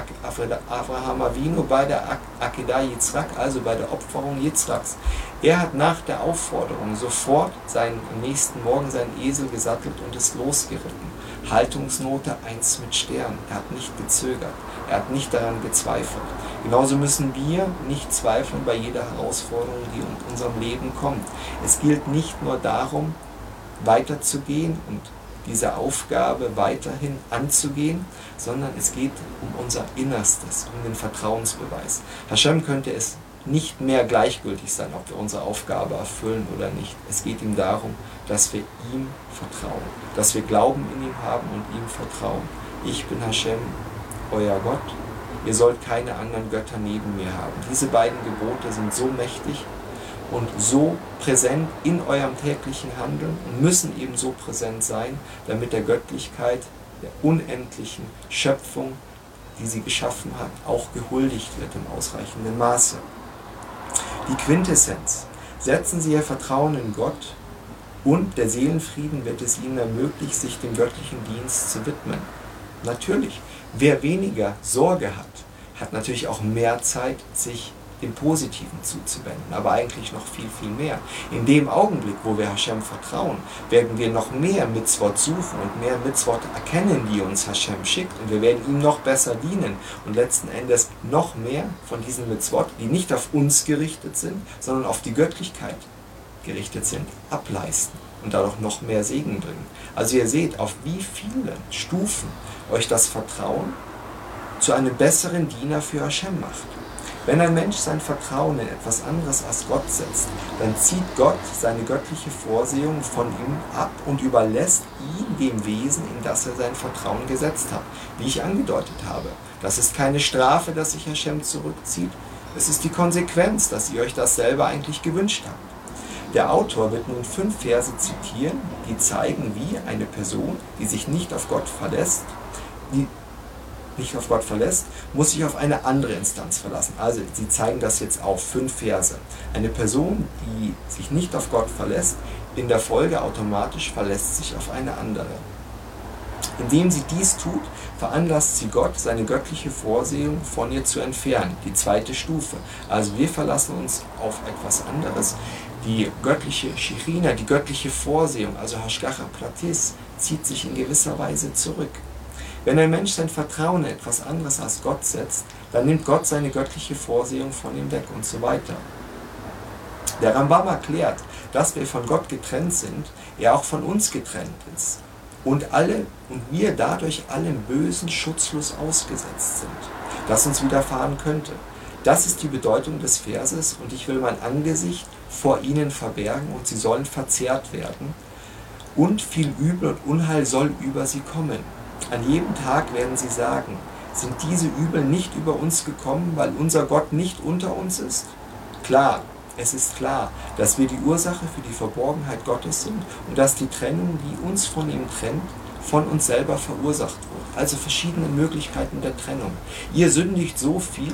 Akedah Yitzchak, also bei der Opferung Yitzchaks. Er hat nach der Aufforderung sofort am nächsten Morgen seinen Esel gesattelt und ist losgeritten. Haltungsnote 1 mit Stern. Er hat nicht gezögert. Er hat nicht daran gezweifelt. Genauso müssen wir nicht zweifeln bei jeder Herausforderung, die in unserem Leben kommt. Es gilt nicht nur darum, weiterzugehen und diese Aufgabe weiterhin anzugehen, sondern es geht um unser Innerstes, um den Vertrauensbeweis. Hashem könnte es nicht mehr gleichgültig sein, ob wir unsere Aufgabe erfüllen oder nicht. Es geht ihm darum, dass wir ihm vertrauen, dass wir Glauben in ihm haben und ihm vertrauen. Ich bin Hashem, euer Gott. Ihr sollt keine anderen Götter neben mir haben. Diese beiden Gebote sind so mächtig und so präsent in eurem täglichen Handeln und müssen eben so präsent sein, damit der Göttlichkeit, der unendlichen Schöpfung, die sie geschaffen hat, auch gehuldigt wird im ausreichenden Maße. Die Quintessenz: Setzen Sie Ihr Vertrauen in Gott und der Seelenfrieden wird es Ihnen ermöglichen, sich dem göttlichen Dienst zu widmen. Natürlich, wer weniger Sorge hat, hat natürlich auch mehr Zeit, sich dem Positiven zuzuwenden, aber eigentlich noch viel, viel mehr. In dem Augenblick, wo wir Hashem vertrauen, werden wir noch mehr Mitzvot suchen und mehr Mitzvot erkennen, die uns Hashem schickt, und wir werden ihm noch besser dienen und letzten Endes noch mehr von diesen Mitzvot, die nicht auf uns gerichtet sind, sondern auf die Göttlichkeit gerichtet sind, ableisten und dadurch noch mehr Segen bringen. Also ihr seht, auf wie vielen Stufen euch das Vertrauen zu einem besseren Diener für Hashem macht. Wenn ein Mensch sein Vertrauen in etwas anderes als Gott setzt, dann zieht Gott seine göttliche Vorsehung von ihm ab und überlässt ihn dem Wesen, in das er sein Vertrauen gesetzt hat. Wie ich angedeutet habe, das ist keine Strafe, dass sich Hashem zurückzieht, es ist die Konsequenz, dass ihr euch das selber eigentlich gewünscht habt. Der Autor wird nun 5 Verse zitieren, die zeigen, wie eine Person, die sich nicht auf Gott verlässt, muss sich auf eine andere Instanz verlassen. Also sie zeigen das jetzt auf 5 Verse. Eine Person, die sich nicht auf Gott verlässt, in der Folge automatisch verlässt sich auf eine andere. Indem sie dies tut, veranlasst sie Gott, seine göttliche Vorsehung von ihr zu entfernen. Die zweite Stufe. Also wir verlassen uns auf etwas anderes. Die göttliche Shechina, die göttliche Vorsehung, also Hashgacha Pratis, zieht sich in gewisser Weise zurück. Wenn ein Mensch sein Vertrauen in etwas anderes als Gott setzt, dann nimmt Gott seine göttliche Vorsehung von ihm weg und so weiter. Der Rambam erklärt, dass wir von Gott getrennt sind, er auch von uns getrennt ist und wir dadurch allem Bösen schutzlos ausgesetzt sind, das uns widerfahren könnte. Das ist die Bedeutung des Verses und ich will mein Angesicht vor ihnen verbergen und sie sollen verzehrt werden. Und viel Übel und Unheil soll über sie kommen. An jedem Tag werden sie sagen, sind diese Übel nicht über uns gekommen, weil unser Gott nicht unter uns ist? Klar, es ist klar, dass wir die Ursache für die Verborgenheit Gottes sind und dass die Trennung, die uns von ihm trennt, von uns selber verursacht wird. Also verschiedene Möglichkeiten der Trennung. Ihr sündigt so viel,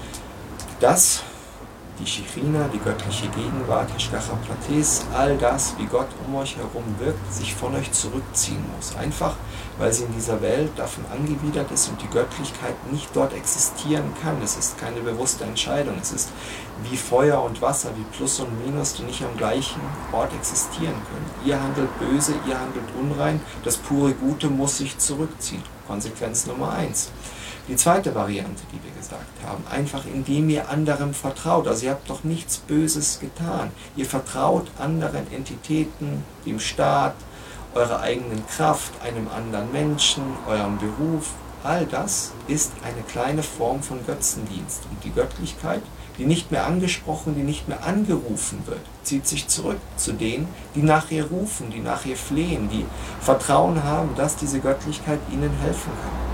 dass die Shechina, die göttliche Gegenwart, Hashgacha Pratis, all das, wie Gott um euch herum wirkt, sich von euch zurückziehen muss. Einfach, weil sie in dieser Welt davon angewidert ist und die Göttlichkeit nicht dort existieren kann. Es ist keine bewusste Entscheidung. Es ist wie Feuer und Wasser, wie Plus und Minus, die nicht am gleichen Ort existieren können. Ihr handelt böse, ihr handelt unrein, das pure Gute muss sich zurückziehen. Konsequenz Nummer 1. Die zweite Variante, die wir gesagt haben, einfach indem ihr anderem vertraut. Also ihr habt doch nichts Böses getan. Ihr vertraut anderen Entitäten, dem Staat, eurer eigenen Kraft, einem anderen Menschen, eurem Beruf. All das ist eine kleine Form von Götzendienst. Und die Göttlichkeit, die nicht mehr angesprochen, die nicht mehr angerufen wird, zieht sich zurück zu denen, die nach ihr rufen, die nach ihr flehen, die Vertrauen haben, dass diese Göttlichkeit ihnen helfen kann.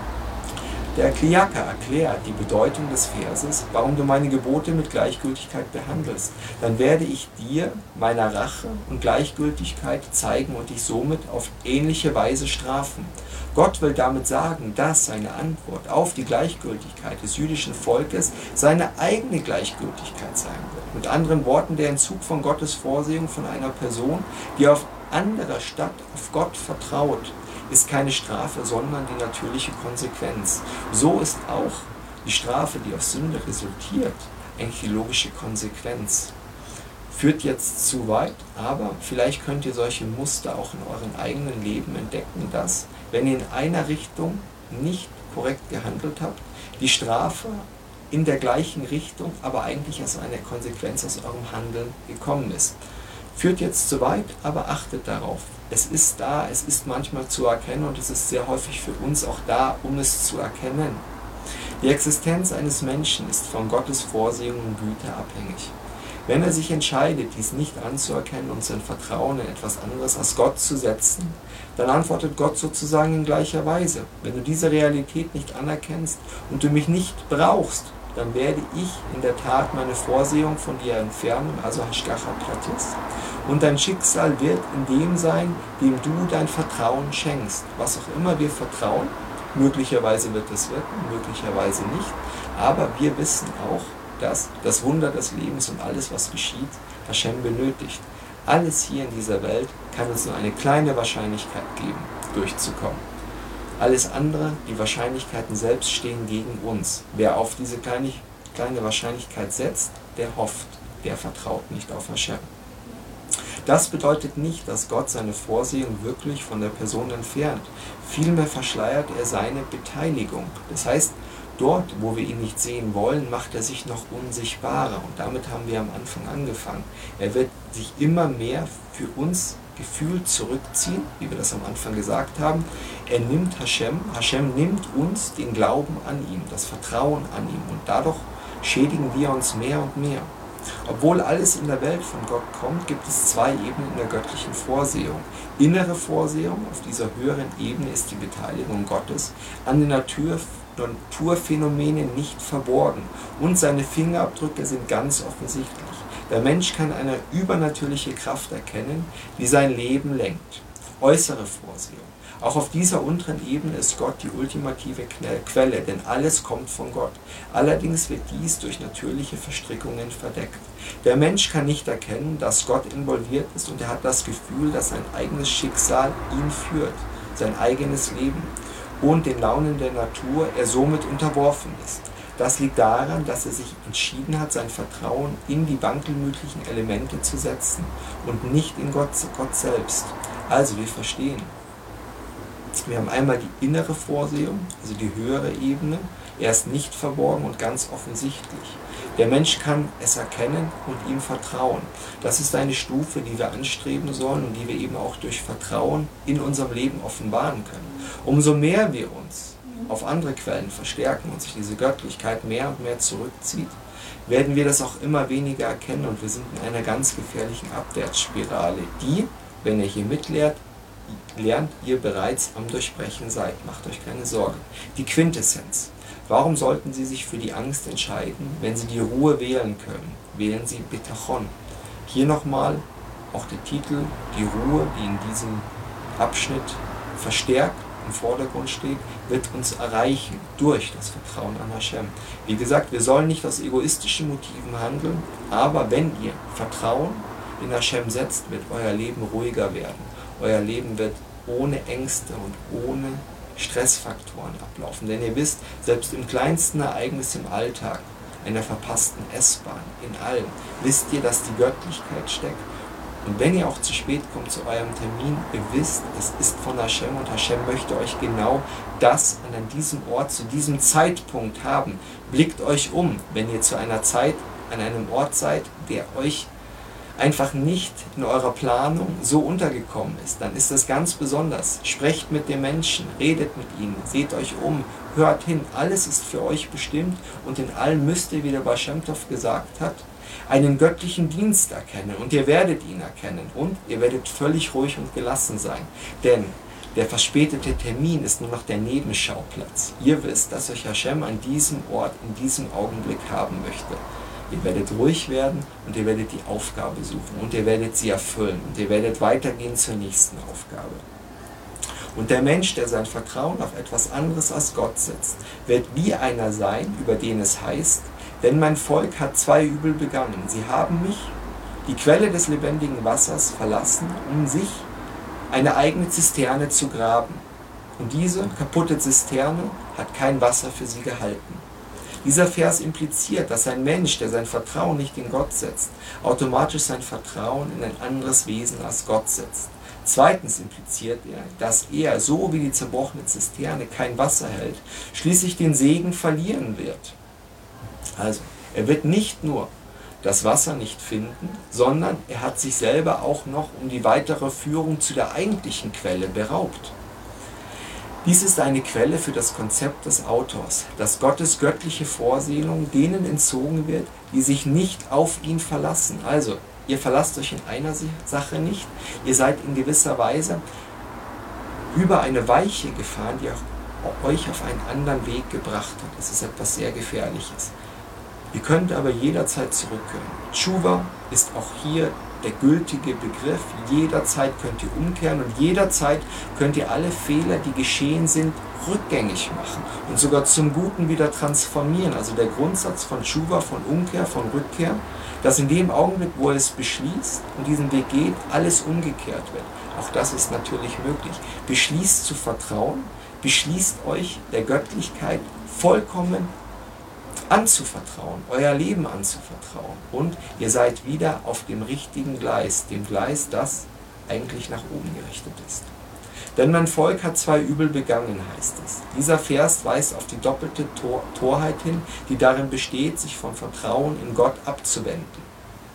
Der Klijaka erklärt die Bedeutung des Verses, warum du meine Gebote mit Gleichgültigkeit behandelst. Dann werde ich dir meiner Rache und Gleichgültigkeit zeigen und dich somit auf ähnliche Weise strafen. Gott will damit sagen, dass seine Antwort auf die Gleichgültigkeit des jüdischen Volkes seine eigene Gleichgültigkeit sein wird. Mit anderen Worten, der Entzug von Gottes Vorsehung von einer Person, die auf anderer statt auf Gott vertraut, ist keine Strafe, sondern die natürliche Konsequenz. So ist auch die Strafe, die aus Sünde resultiert, eigentlich die logische Konsequenz. Führt jetzt zu weit, aber vielleicht könnt ihr solche Muster auch in eurem eigenen Leben entdecken, dass, wenn ihr in einer Richtung nicht korrekt gehandelt habt, die Strafe in der gleichen Richtung, aber eigentlich als eine Konsequenz aus eurem Handeln gekommen ist. Führt jetzt zu weit, aber achtet darauf. Es ist da, es ist manchmal zu erkennen und es ist sehr häufig für uns auch da, um es zu erkennen. Die Existenz eines Menschen ist von Gottes Vorsehung und Güte abhängig. Wenn er sich entscheidet, dies nicht anzuerkennen und sein Vertrauen in etwas anderes als Gott zu setzen, dann antwortet Gott sozusagen in gleicher Weise. Wenn du diese Realität nicht anerkennst und du mich nicht brauchst, dann werde ich in der Tat meine Vorsehung von dir entfernen, also Hashgacha Pratis, und dein Schicksal wird in dem sein, dem du dein Vertrauen schenkst. Was auch immer wir vertrauen, möglicherweise wird es wirken, möglicherweise nicht, aber wir wissen auch, dass das Wunder des Lebens und alles, was geschieht, Hashem benötigt. Alles hier in dieser Welt kann uns nur eine kleine Wahrscheinlichkeit geben, durchzukommen. Alles andere, die Wahrscheinlichkeiten selbst stehen gegen uns. Wer auf diese kleine Wahrscheinlichkeit setzt, der hofft, der vertraut nicht auf Hashem. Das bedeutet nicht, dass Gott seine Vorsehung wirklich von der Person entfernt. Vielmehr verschleiert er seine Beteiligung. Das heißt, dort, wo wir ihn nicht sehen wollen, macht er sich noch unsichtbarer. Und damit haben wir am Anfang angefangen. Er wird sich immer mehr für uns gefühlt zurückziehen, wie wir das am Anfang gesagt haben. Er nimmt Hashem nimmt uns den Glauben an ihn, das Vertrauen an ihn. Und dadurch schädigen wir uns mehr und mehr. Obwohl alles in der Welt von Gott kommt, gibt es zwei Ebenen in der göttlichen Vorsehung. Innere Vorsehung, auf dieser höheren Ebene ist die Beteiligung Gottes an den Naturphänomenen nicht verborgen und seine Fingerabdrücke sind ganz offensichtlich. Der Mensch kann eine übernatürliche Kraft erkennen, die sein Leben lenkt. Äußere Vorsehung. Auch auf dieser unteren Ebene ist Gott die ultimative Quelle, denn alles kommt von Gott. Allerdings wird dies durch natürliche Verstrickungen verdeckt. Der Mensch kann nicht erkennen, dass Gott involviert ist und er hat das Gefühl, dass sein eigenes Schicksal ihn führt, sein eigenes Leben und den Launen der Natur er somit unterworfen ist. Das liegt daran, dass er sich entschieden hat, sein Vertrauen in die wankelmütlichen Elemente zu setzen und nicht in Gott selbst. Also wir verstehen. Wir haben einmal die innere Vorsehung, also die höhere Ebene. Er ist nicht verborgen und ganz offensichtlich. Der Mensch kann es erkennen und ihm vertrauen. Das ist eine Stufe, die wir anstreben sollen und die wir eben auch durch Vertrauen in unserem Leben offenbaren können. Umso mehr wir uns auf andere Quellen verstärken und sich diese Göttlichkeit mehr und mehr zurückzieht, werden wir das auch immer weniger erkennen und wir sind in einer ganz gefährlichen Abwärtsspirale, die, wenn ihr hier mitlernt, ihr bereits am Durchbrechen seid. Macht euch keine Sorge. Die Quintessenz. Warum sollten Sie sich für die Angst entscheiden, wenn Sie die Ruhe wählen können? Wählen Sie Bitachon. Hier nochmal auch der Titel, die Ruhe, die in diesem Abschnitt verstärkt im Vordergrund steht, wird uns erreichen durch das Vertrauen an Hashem. Wie gesagt, wir sollen nicht aus egoistischen Motiven handeln, aber wenn ihr Vertrauen in Hashem setzt, wird euer Leben ruhiger werden. Euer Leben wird ohne Ängste und ohne Stressfaktoren ablaufen. Denn ihr wisst, selbst im kleinsten Ereignis im Alltag, einer verpassten S-Bahn, in allem, wisst ihr, dass die Göttlichkeit steckt. Und wenn ihr auch zu spät kommt zu eurem Termin, ihr wisst, es ist von Hashem und Hashem möchte euch genau das an diesem Ort, zu diesem Zeitpunkt haben. Blickt euch um, wenn ihr zu einer Zeit an einem Ort seid, der euch einfach nicht in eurer Planung so untergekommen ist, dann ist das ganz besonders. Sprecht mit den Menschen, redet mit ihnen, seht euch um, hört hin, alles ist für euch bestimmt und in allem müsst ihr, wie der Baal Shem Tov gesagt hat, einen göttlichen Dienst erkennen und ihr werdet ihn erkennen und ihr werdet völlig ruhig und gelassen sein, denn der verspätete Termin ist nur noch der Nebenschauplatz. Ihr wisst, dass euch Hashem an diesem Ort, in diesem Augenblick haben möchte. Ihr werdet ruhig werden und ihr werdet die Aufgabe suchen und ihr werdet sie erfüllen und ihr werdet weitergehen zur nächsten Aufgabe. Und der Mensch, der sein Vertrauen auf etwas anderes als Gott setzt, wird wie einer sein, über den es heißt, denn mein Volk hat zwei Übel begangen. Sie haben mich, die Quelle des lebendigen Wassers, verlassen, um sich eine eigene Zisterne zu graben. Und diese kaputte Zisterne hat kein Wasser für sie gehalten. Dieser Vers impliziert, dass ein Mensch, der sein Vertrauen nicht in Gott setzt, automatisch sein Vertrauen in ein anderes Wesen als Gott setzt. Zweitens impliziert er, dass er, so wie die zerbrochene Zisterne kein Wasser hält, schließlich den Segen verlieren wird. Also, er wird nicht nur das Wasser nicht finden, sondern er hat sich selber auch noch um die weitere Führung zu der eigentlichen Quelle beraubt. Dies ist eine Quelle für das Konzept des Autors, dass Gottes göttliche Vorsehung denen entzogen wird, die sich nicht auf ihn verlassen. Also, ihr verlasst euch in einer Sache nicht, ihr seid in gewisser Weise über eine Weiche gefahren, die euch auf einen anderen Weg gebracht hat. Das ist etwas sehr Gefährliches. Ihr könnt aber jederzeit zurückkehren. Tshuva ist auch hier der gültige Begriff. Jederzeit könnt ihr umkehren und jederzeit könnt ihr alle Fehler, die geschehen sind, rückgängig machen und sogar zum Guten wieder transformieren. Also der Grundsatz von Tshuva, von Umkehr, von Rückkehr, dass in dem Augenblick, wo er es beschließt und diesen Weg geht, alles umgekehrt wird. Auch das ist natürlich möglich. Beschließt zu vertrauen, beschließt euch der Göttlichkeit vollkommen anzuvertrauen, euer Leben anzuvertrauen und ihr seid wieder auf dem richtigen Gleis, dem Gleis, das eigentlich nach oben gerichtet ist. Denn mein Volk hat zwei Übel begangen, heißt es. Dieser Vers weist auf die doppelte Torheit hin, die darin besteht, sich vom Vertrauen in Gott abzuwenden.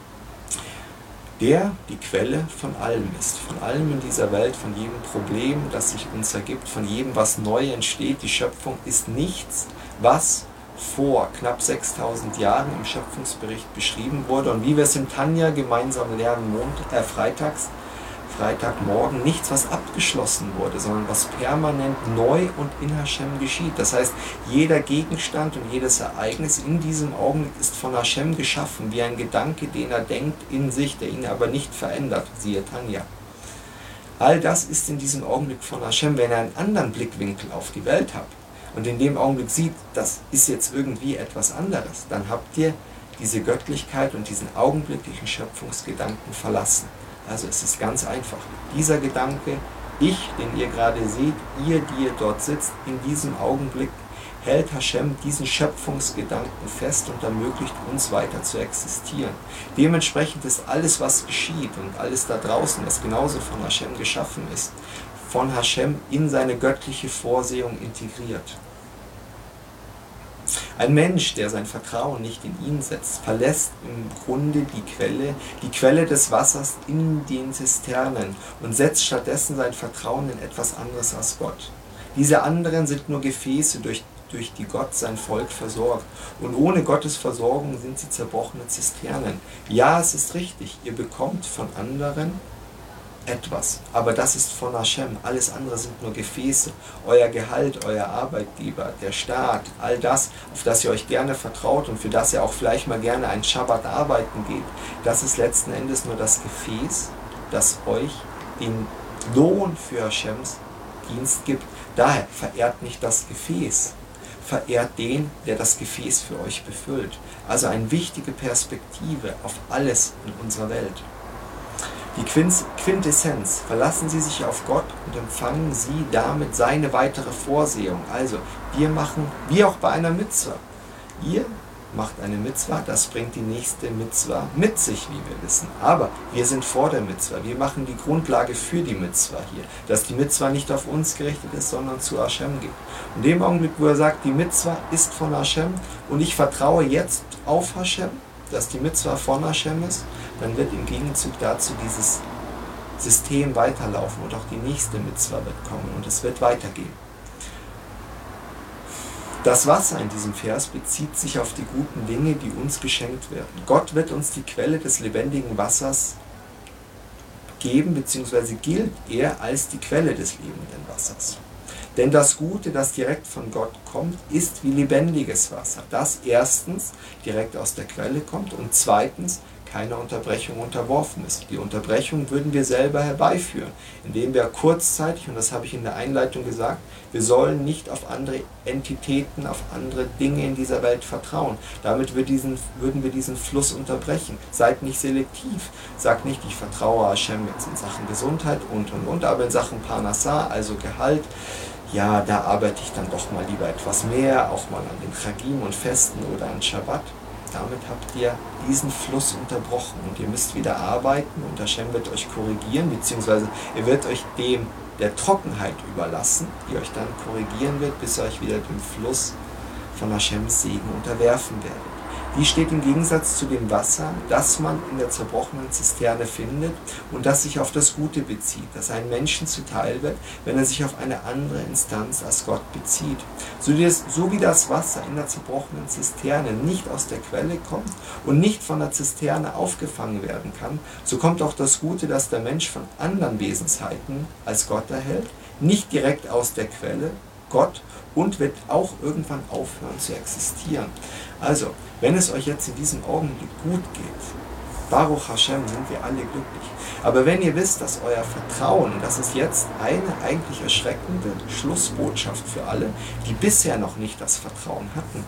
Der die Quelle von allem ist, von allem in dieser Welt, von jedem Problem, das sich uns ergibt, von jedem, was neu entsteht. Die Schöpfung ist nichts, was vor knapp 6000 Jahren im Schöpfungsbericht beschrieben wurde und wie wir es im Tanja gemeinsam lernen, Freitagmorgen, nichts, was abgeschlossen wurde, sondern was permanent neu und in Hashem geschieht. Das heißt, jeder Gegenstand und jedes Ereignis in diesem Augenblick ist von Hashem geschaffen, wie ein Gedanke, den er denkt in sich, der ihn aber nicht verändert, siehe Tanja. All das ist in diesem Augenblick von Hashem. Wenn ihr einen anderen Blickwinkel auf die Welt habt, und in dem Augenblick sieht, das ist jetzt irgendwie etwas anderes, dann habt ihr diese Göttlichkeit und diesen augenblicklichen Schöpfungsgedanken verlassen. Also es ist ganz einfach. Dieser Gedanke, ich, den ihr gerade seht, ihr, die ihr dort sitzt, in diesem Augenblick hält Hashem diesen Schöpfungsgedanken fest und ermöglicht uns weiter zu existieren. Dementsprechend ist alles, was geschieht und alles da draußen, was genauso von Hashem geschaffen ist, von Hashem in seine göttliche Vorsehung integriert. Ein Mensch, der sein Vertrauen nicht in ihn setzt, verlässt im Grunde die Quelle des Wassers in den Zisternen und setzt stattdessen sein Vertrauen in etwas anderes als Gott. Diese anderen sind nur Gefäße, durch durch die Gott sein Volk versorgt. Und ohne Gottes Versorgung sind sie zerbrochene Zisternen. Ja, es ist richtig, ihr bekommt von anderen etwas, aber das ist von Hashem. Alles andere sind nur Gefäße. Euer Gehalt, euer Arbeitgeber, der Staat, all das, auf das ihr euch gerne vertraut und für das ihr auch vielleicht mal gerne einen Schabbat arbeiten geht, das ist letzten Endes nur das Gefäß, das euch den Lohn für Hashems Dienst gibt. Daher verehrt nicht das Gefäß, verehrt den, der das Gefäß für euch befüllt. Also eine wichtige Perspektive auf alles in unserer Welt. Die Quintessenz: Verlassen Sie sich auf Gott und empfangen Sie damit seine weitere Vorsehung. Also, wir machen, wie auch bei einer Mitzwa, ihr macht eine Mitzwa, das bringt die nächste Mitzwa mit sich, wie wir wissen. Aber wir sind vor der Mitzwa, wir machen die Grundlage für die Mitzwa hier, dass die Mitzwa nicht auf uns gerichtet ist, sondern zu Hashem geht. In dem Augenblick, wo er sagt, die Mitzwa ist von Hashem und ich vertraue jetzt auf Hashem, dass die Mitzwa von Hashem ist, dann wird im Gegenzug dazu dieses System weiterlaufen und auch die nächste Mitzwa wird kommen und es wird weitergehen. Das Wasser in diesem Vers bezieht sich auf die guten Dinge, die uns geschenkt werden. Gott wird uns die Quelle des lebendigen Wassers geben, beziehungsweise gilt er als die Quelle des lebenden Wassers. Denn das Gute, das direkt von Gott kommt, ist wie lebendiges Wasser, das erstens direkt aus der Quelle kommt und zweitens keiner Unterbrechung unterworfen ist. Die Unterbrechung würden wir selber herbeiführen, indem wir kurzzeitig, und das habe ich in der Einleitung gesagt, wir sollen nicht auf andere Entitäten, auf andere Dinge in dieser Welt vertrauen. Damit würden wir diesen Fluss unterbrechen. Seid nicht selektiv. Sagt nicht, ich vertraue Hashem jetzt in Sachen Gesundheit und, aber in Sachen Parnassah, also Gehalt, ja, da arbeite ich dann doch mal lieber etwas mehr, auch mal an den Chagim und Festen oder an Shabbat. Damit habt ihr diesen Fluss unterbrochen und ihr müsst wieder arbeiten und Hashem wird euch korrigieren, beziehungsweise er wird euch der Trockenheit überlassen, die euch dann korrigieren wird, bis ihr euch wieder dem Fluss von Hashems Segen unterwerfen werdet. Die steht im Gegensatz zu dem Wasser, das man in der zerbrochenen Zisterne findet und das sich auf das Gute bezieht, das einem Menschen zuteil wird, wenn er sich auf eine andere Instanz als Gott bezieht. So wie das Wasser in der zerbrochenen Zisterne nicht aus der Quelle kommt und nicht von der Zisterne aufgefangen werden kann, so kommt auch das Gute, das der Mensch von anderen Wesensheiten als Gott erhält, nicht direkt aus der Quelle, Gott, und wird auch irgendwann aufhören zu existieren. Also, wenn es euch jetzt in diesem Augenblick gut geht, Baruch Hashem, sind wir alle glücklich. Aber wenn ihr wisst, dass euer Vertrauen, das ist jetzt eine eigentlich erschreckende Schlussbotschaft für alle, die bisher noch nicht das Vertrauen hatten,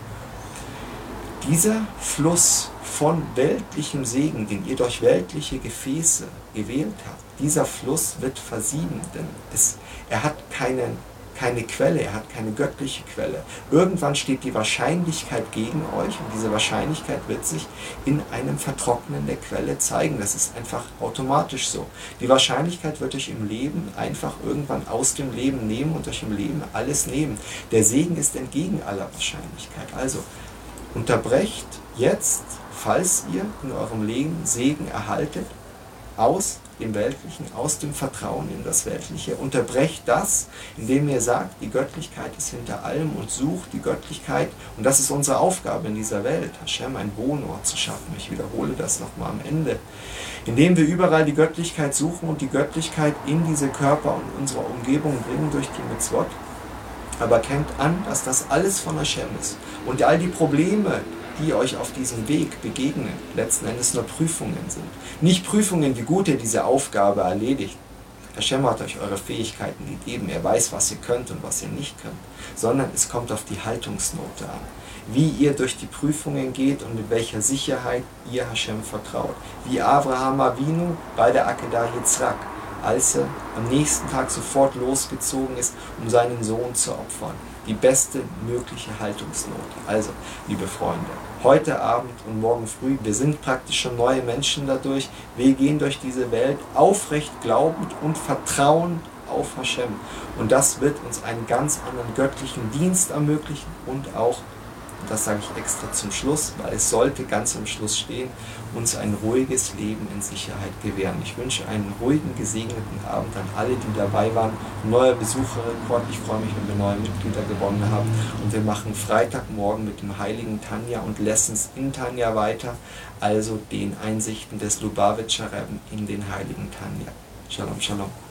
dieser Fluss von weltlichem Segen, den ihr durch weltliche Gefäße gewählt habt, dieser Fluss wird versiegen, denn er hat keine Quelle, er hat keine göttliche Quelle. Irgendwann steht die Wahrscheinlichkeit gegen euch und diese Wahrscheinlichkeit wird sich in einem Vertrocknen der Quelle zeigen. Das ist einfach automatisch so. Die Wahrscheinlichkeit wird euch im Leben einfach irgendwann aus dem Leben nehmen und euch im Leben alles nehmen. Der Segen ist entgegen aller Wahrscheinlichkeit. Also unterbrecht jetzt, falls ihr in eurem Leben Segen erhaltet, aus dem Weltlichen, aus dem Vertrauen in das Weltliche. Unterbrecht das, indem ihr sagt, die Göttlichkeit ist hinter allem und sucht die Göttlichkeit. Und das ist unsere Aufgabe in dieser Welt, Hashem ein Wohnort zu schaffen. Ich wiederhole das nochmal am Ende. Indem wir überall die Göttlichkeit suchen und die Göttlichkeit in diese Körper und unsere Umgebung bringen durch die Mitzvot. Aber erkennt an, dass das alles von Hashem ist. Und all die Probleme, die euch auf diesem Weg begegnen, letzten Endes nur Prüfungen sind. Nicht Prüfungen, wie gut ihr diese Aufgabe erledigt. Hashem hat euch eure Fähigkeiten gegeben, er weiß, was ihr könnt und was ihr nicht könnt, sondern es kommt auf die Haltungsnote an. Wie ihr durch die Prüfungen geht und mit welcher Sicherheit ihr Hashem vertraut. Wie Abraham Avinu bei der Akedah Yitzhak, als er am nächsten Tag sofort losgezogen ist, um seinen Sohn zu opfern. Die beste mögliche Haltungsnote. Also, liebe Freunde, heute Abend und morgen früh, wir sind praktisch schon neue Menschen dadurch. Wir gehen durch diese Welt aufrecht glaubend und vertrauend auf Hashem. Und das wird uns einen ganz anderen göttlichen Dienst ermöglichen und auch und das sage ich extra zum Schluss, weil es sollte ganz am Schluss stehen, uns ein ruhiges Leben in Sicherheit gewähren. Ich wünsche einen ruhigen, gesegneten Abend an alle, die dabei waren. Neuer Besucherrekord, ich freue mich, wenn wir neue Mitglieder gewonnen haben. Und wir machen Freitagmorgen mit dem heiligen Tanja und Lessons in Tanja weiter, also den Einsichten des Lubavitcher Rebben in den heiligen Tanja. Shalom, Shalom.